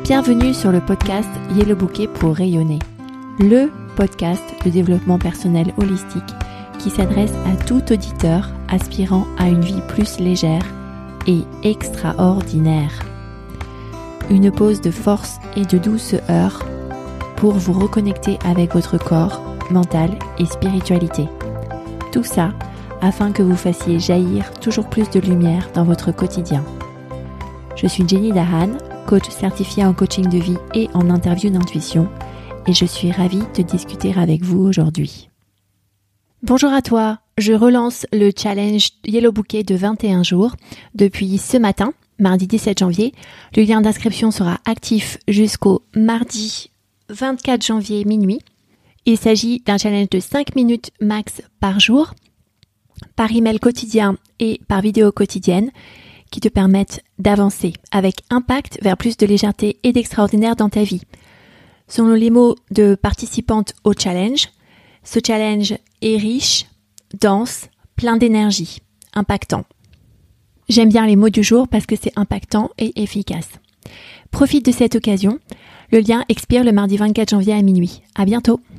Bienvenue sur le podcast Yellow Bouquet pour rayonner, le podcast de développement personnel holistique qui s'adresse à tout auditeur aspirant à une vie plus légère et extraordinaire. Une pause de force et de douceur pour vous reconnecter avec votre corps, mental et spiritualité. Tout ça afin que vous fassiez jaillir toujours plus de lumière dans votre quotidien. Je suis Jenny Dahan, coach certifiée en coaching de vie et en interview d'intuition, et je suis ravie de discuter avec vous aujourd'hui. Bonjour à toi, je relance le challenge Yellow Bouquet de 21 jours depuis ce matin, mardi 17 janvier. Le lien d'inscription sera actif jusqu'au mardi 24 janvier minuit. Il s'agit d'un challenge de 5 minutes max par jour, par email quotidien et par vidéo quotidienne, qui te permettent d'avancer avec impact vers plus de légèreté et d'extraordinaire dans ta vie. Selon les mots de participantes au challenge, ce challenge est riche, dense, plein d'énergie, impactant. J'aime bien les mots du jour parce que c'est impactant et efficace. Profite de cette occasion. Le lien expire le mardi 24 janvier à minuit. À bientôt.